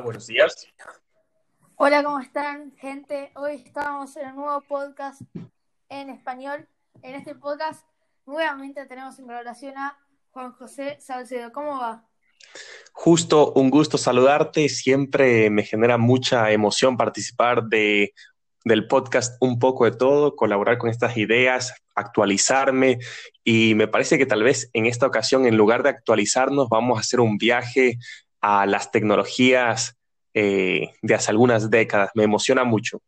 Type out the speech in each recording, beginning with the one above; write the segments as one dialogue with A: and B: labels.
A: Buenos días.
B: Hola, ¿cómo están, gente? Hoy estamos en un nuevo podcast en español. En este podcast nuevamente tenemos en colaboración a Juan José Salcedo. ¿Cómo va?
A: Justo un gusto saludarte. Siempre me genera mucha emoción participar del podcast Un poco de todo, colaborar con estas ideas, actualizarme y me parece que tal vez en esta ocasión, en lugar de actualizarnos, vamos a hacer un viaje a las tecnologías de hace algunas décadas. Me emociona mucho.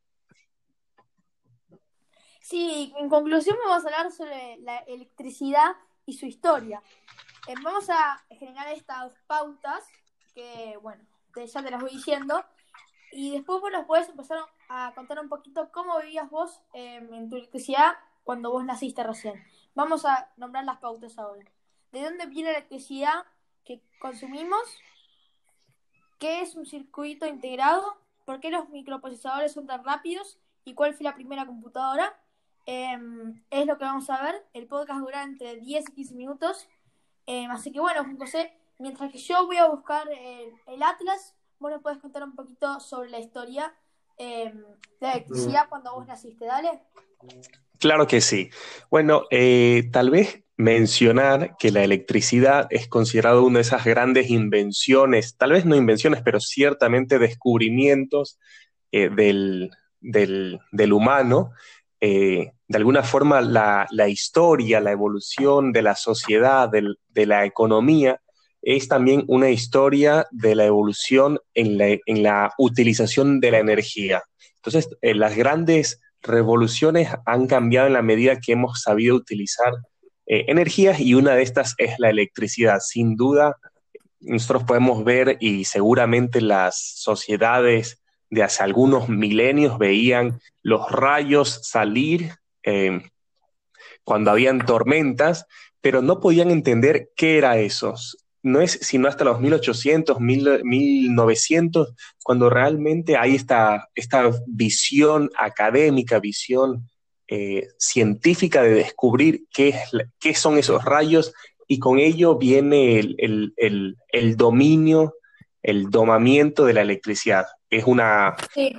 B: Sí, en conclusión vamos a hablar sobre la electricidad y su historia. Vamos a generar estas pautas que, bueno, ya te las voy diciendo. Y después vos nos podés empezar a contar un poquito cómo vivías vos en tu electricidad cuando vos naciste recién. Vamos a nombrar las pautas ahora. ¿De dónde viene la electricidad que consumimos? ¿Qué es un circuito integrado? ¿Por qué los microprocesadores son tan rápidos? ¿Y cuál fue la primera computadora? Es lo que vamos a ver. El podcast dura entre 10 y 15 minutos. Así que bueno, José, mientras que yo voy a buscar el Atlas, vos nos podés contar un poquito sobre la historia de la electricidad cuando vos naciste. Dale.
A: Claro que sí. Bueno, tal vez mencionar que la electricidad es considerada una de esas grandes invenciones, tal vez no invenciones, pero ciertamente descubrimientos del humano. De alguna forma, la historia, la evolución de la sociedad, de la economía, es también una historia de la evolución en la utilización de la energía. Entonces, las grandes revoluciones han cambiado en la medida que hemos sabido utilizar energías y una de estas es la electricidad. Sin duda, nosotros podemos ver y seguramente las sociedades de hace algunos milenios veían los rayos salir cuando habían tormentas, pero no podían entender qué era eso. No es sino hasta los 1800, 1900, cuando realmente hay esta visión académica, visión científica de descubrir qué son esos rayos y con ello viene el dominio, el domamiento de la electricidad.
B: Sí.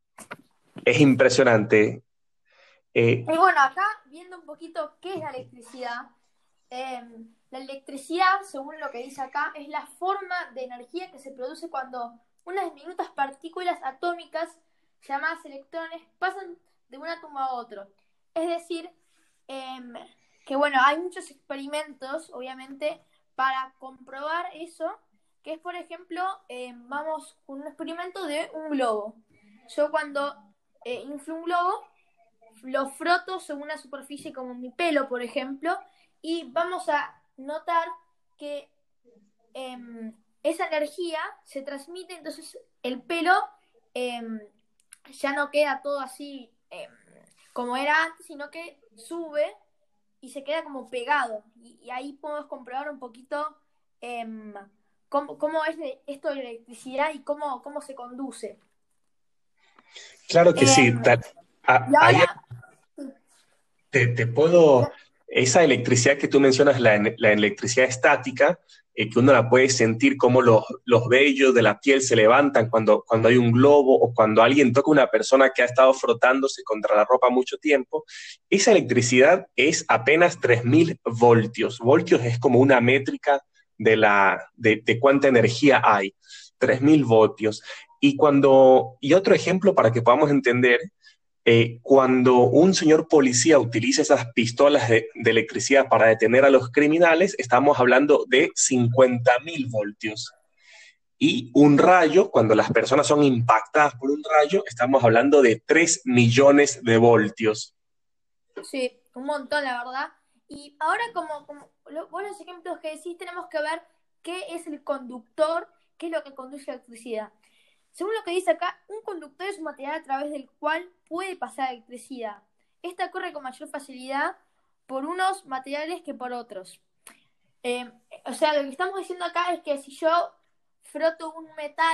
A: Es impresionante.
B: Y bueno, acá viendo un poquito qué es la electricidad. La electricidad, según lo que dice acá, es la forma de energía que se produce cuando unas diminutas partículas atómicas llamadas electrones pasan de un átomo a otro. Es decir, em, que bueno, hay muchos experimentos, obviamente, para comprobar eso, que es, por ejemplo, vamos con un experimento de un globo. Yo cuando inflo un globo, lo froto sobre una superficie como mi pelo, por ejemplo, y vamos a notar que eh, esa energía se transmite, entonces el pelo eh, ya no queda todo así como era antes, sino que sube y se queda como pegado. Y ahí podemos comprobar un poquito eh, cómo es esto de la electricidad y cómo se conduce.
A: Claro que
B: Eh,
A: sí.
B: y
A: Ahí
B: ahora,
A: te puedo, esa electricidad que tú mencionas, la electricidad estática, que uno la puede sentir como los vellos de la piel se levantan cuando hay un globo o cuando alguien toca a una persona que ha estado frotándose contra la ropa mucho tiempo, esa electricidad es apenas 3000 voltios. Voltios es como una métrica de cuánta energía hay, 3000 voltios. Y otro ejemplo para que podamos entender cuando un señor policía utiliza esas pistolas de electricidad para detener a los criminales, estamos hablando de 50.000 voltios. Y un rayo, cuando las personas son impactadas por un rayo, estamos hablando de 3 millones de voltios.
B: sí, un montón, la verdad. Y ahora, vos los ejemplos que decís, tenemos que ver qué es el conductor, qué es lo que conduce la electricidad. Según lo que dice acá, un conductor es un material a través del cual puede pasar electricidad. Esta corre con mayor facilidad por unos materiales que por otros. Eh, o sea, lo que estamos diciendo acá es que si yo froto un metal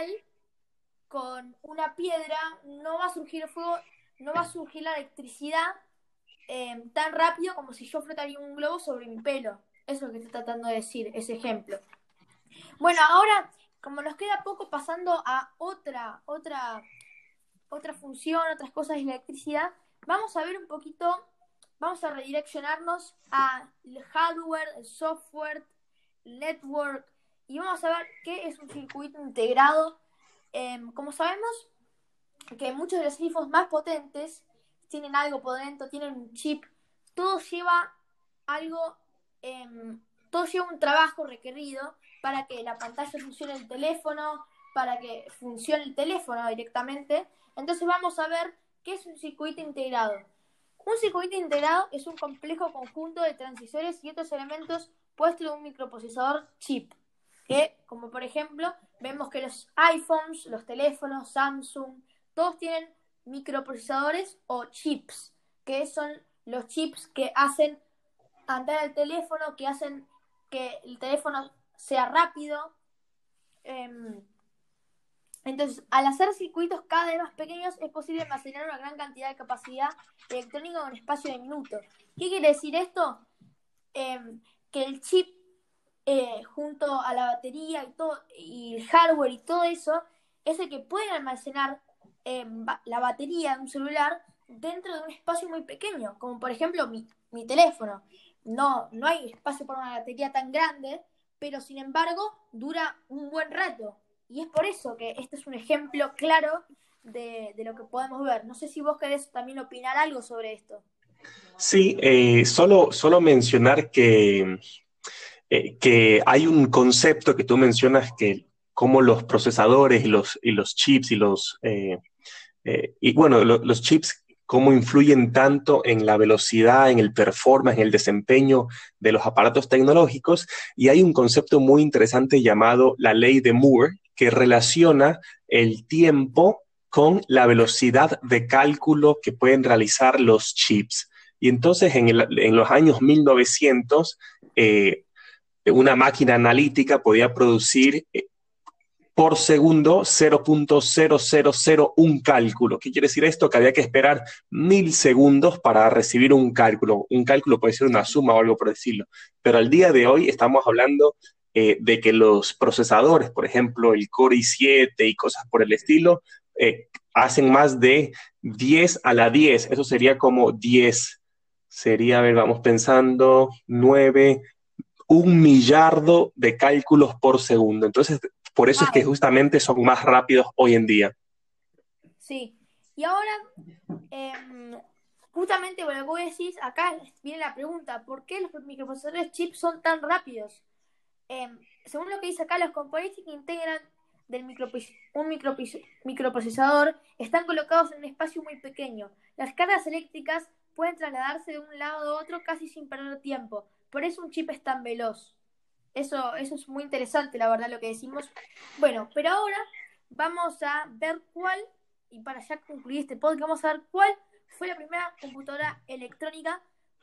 B: con una piedra, no va a surgir el fuego, no va a surgir la electricidad tan rápido como si yo frotaría un globo sobre mi pelo. Eso es lo que estoy tratando de decir, ese ejemplo. Bueno, ahora, como nos queda poco pasando a otra función, otras cosas de la electricidad, vamos a ver un poquito, vamos a redireccionarnos al hardware, el software, el network, y vamos a ver qué es un circuito integrado. Como sabemos que muchos de los equipos más potentes tienen algo por dentro, tienen un chip, todo lleva algo, todo lleva un trabajo requerido para que la pantalla funcione el teléfono, para que funcione el teléfono directamente. Entonces vamos a ver qué es un circuito integrado. Un circuito integrado es un complejo conjunto de transistores y otros elementos puestos en un microprocesador chip, que, como por ejemplo, vemos que los iPhones, los teléfonos, Samsung, todos tienen microprocesadores o chips, que son los chips que hacen andar el teléfono, que hacen que el teléfono sea rápido. Entonces, al hacer circuitos cada vez más pequeños, es posible almacenar una gran cantidad de capacidad electrónica en un espacio de minutos. ¿Qué quiere decir esto? Que el chip, junto a la batería y todo, y el hardware y todo eso, es el que puede almacenar la batería de un celular dentro de un espacio muy pequeño, como por ejemplo mi teléfono. No hay espacio para una batería tan grande, pero sin embargo dura un buen rato. Y es por eso que este es un ejemplo claro de lo que podemos ver. No sé si vos querés también opinar algo sobre esto.
A: Sí, solo mencionar que hay un concepto que tú mencionas que como los procesadores y los chips y bueno, los chips cómo influyen tanto en la velocidad, en el performance, en el desempeño de los aparatos tecnológicos. Y hay un concepto muy interesante llamado la ley de Moore, que relaciona el tiempo con la velocidad de cálculo que pueden realizar los chips. Y entonces en los años 1900, una máquina analítica podía producir por segundo 0.0001 cálculo. ¿Qué quiere decir esto? Que había que esperar 1000 segundos para recibir un cálculo. Un cálculo puede ser una suma o algo por decirlo. Pero al día de hoy estamos hablando de que los procesadores, por ejemplo, el Core i7 y cosas por el estilo, hacen más de 10 a la 10. Eso sería como 10. Sería, a ver, vamos pensando, 9, 1 millardo de cálculos por segundo. Entonces, por eso es que
B: Wow.
A: justamente son más rápidos hoy en día.
B: Sí. Y ahora, justamente por lo que vos decís, acá viene la pregunta, ¿por qué los microprocesadores chips son tan rápidos? Según lo que dice acá, los componentes que integran un microprocesador están colocados en un espacio muy pequeño. Las cargas eléctricas pueden trasladarse de un lado a otro casi sin perder tiempo. Por eso un chip es tan veloz. Eso es muy interesante, la verdad, lo que decimos. Bueno, pero ahora vamos a ver y para ya concluir este podcast, vamos a ver cuál fue la primera computadora electrónica,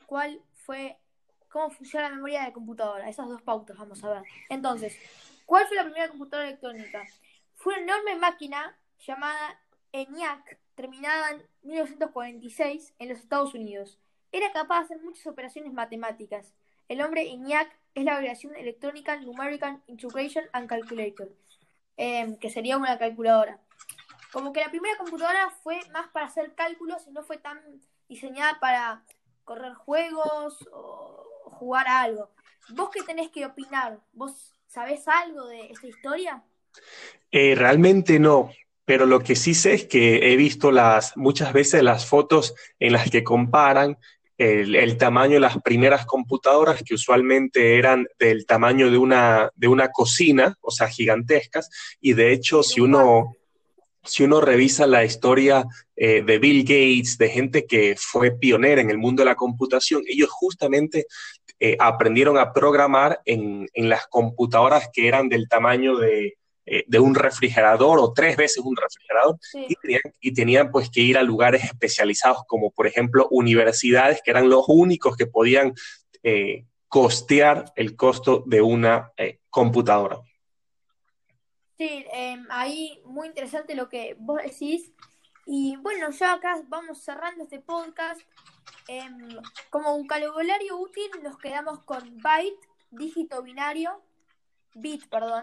B: cómo funciona la memoria de computadora. Esas dos pautas vamos a ver. Entonces, ¿cuál fue la primera computadora electrónica? Fue una enorme máquina llamada ENIAC, terminada en 1946 en los Estados Unidos. Era capaz de hacer muchas operaciones matemáticas. El nombre ENIAC es la abreviación Electronic Numerical Integration and Calculator, que sería una calculadora. Como que la primera computadora fue más para hacer cálculos y no fue tan diseñada para correr juegos o jugar a algo. ¿Vos qué tenés que opinar? ¿Vos sabés algo de esta historia?
A: Realmente no, pero lo que sí sé es que he visto muchas veces las fotos en las que comparan el tamaño de las primeras computadoras, que usualmente eran del tamaño de una cocina, o sea, gigantescas, y de hecho,
B: Sí, de un cuarto.
A: si uno revisa la historia de Bill Gates, de gente que fue pionera en el mundo de la computación, ellos justamente aprendieron a programar en las computadoras que eran del tamaño de un refrigerador o 3 veces un refrigerador
B: Sí.
A: y tenían pues que ir a lugares especializados como por ejemplo universidades que eran los únicos que podían costear el costo de una computadora.
B: Sí, ahí muy interesante lo que vos decís. Y bueno, ya acá vamos cerrando este podcast. Como vocabulario útil nos quedamos con byte, dígito binario, bit, perdón.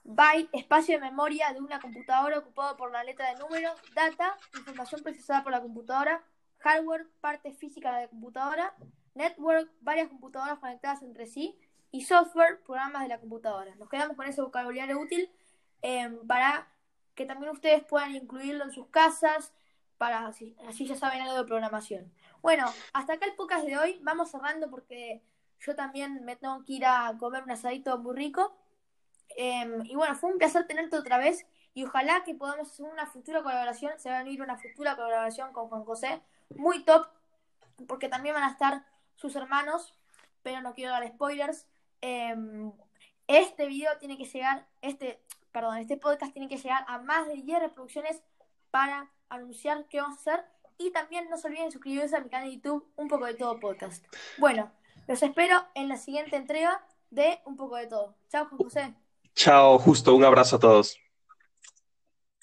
B: byte, espacio de memoria de una computadora ocupado por la letra de números, data, información procesada por la computadora, hardware, parte física de la computadora, network, varias computadoras conectadas entre sí, y software, programas de la computadora. Nos quedamos con ese vocabulario útil para que también ustedes puedan incluirlo en sus casas, para así ya saben algo de programación. Bueno, hasta acá el podcast de hoy. Vamos cerrando porque yo también me tengo que ir a comer un asadito muy rico. Y bueno, fue un placer tenerte otra vez y ojalá que podamos hacer una futura colaboración. Se va a venir una futura colaboración con Juan José, muy top, porque también van a estar sus hermanos, pero no quiero dar spoilers. Este video tiene que llegar, este podcast tiene que llegar a más de 10 reproducciones para anunciar qué vamos a hacer. Y también no se olviden de suscribirse a mi canal de YouTube, Un Poco de Todo Podcast. Bueno, los espero en la siguiente entrega de Un Poco de Todo. Chao, Juan José.
A: Chao, Justo, un abrazo a todos.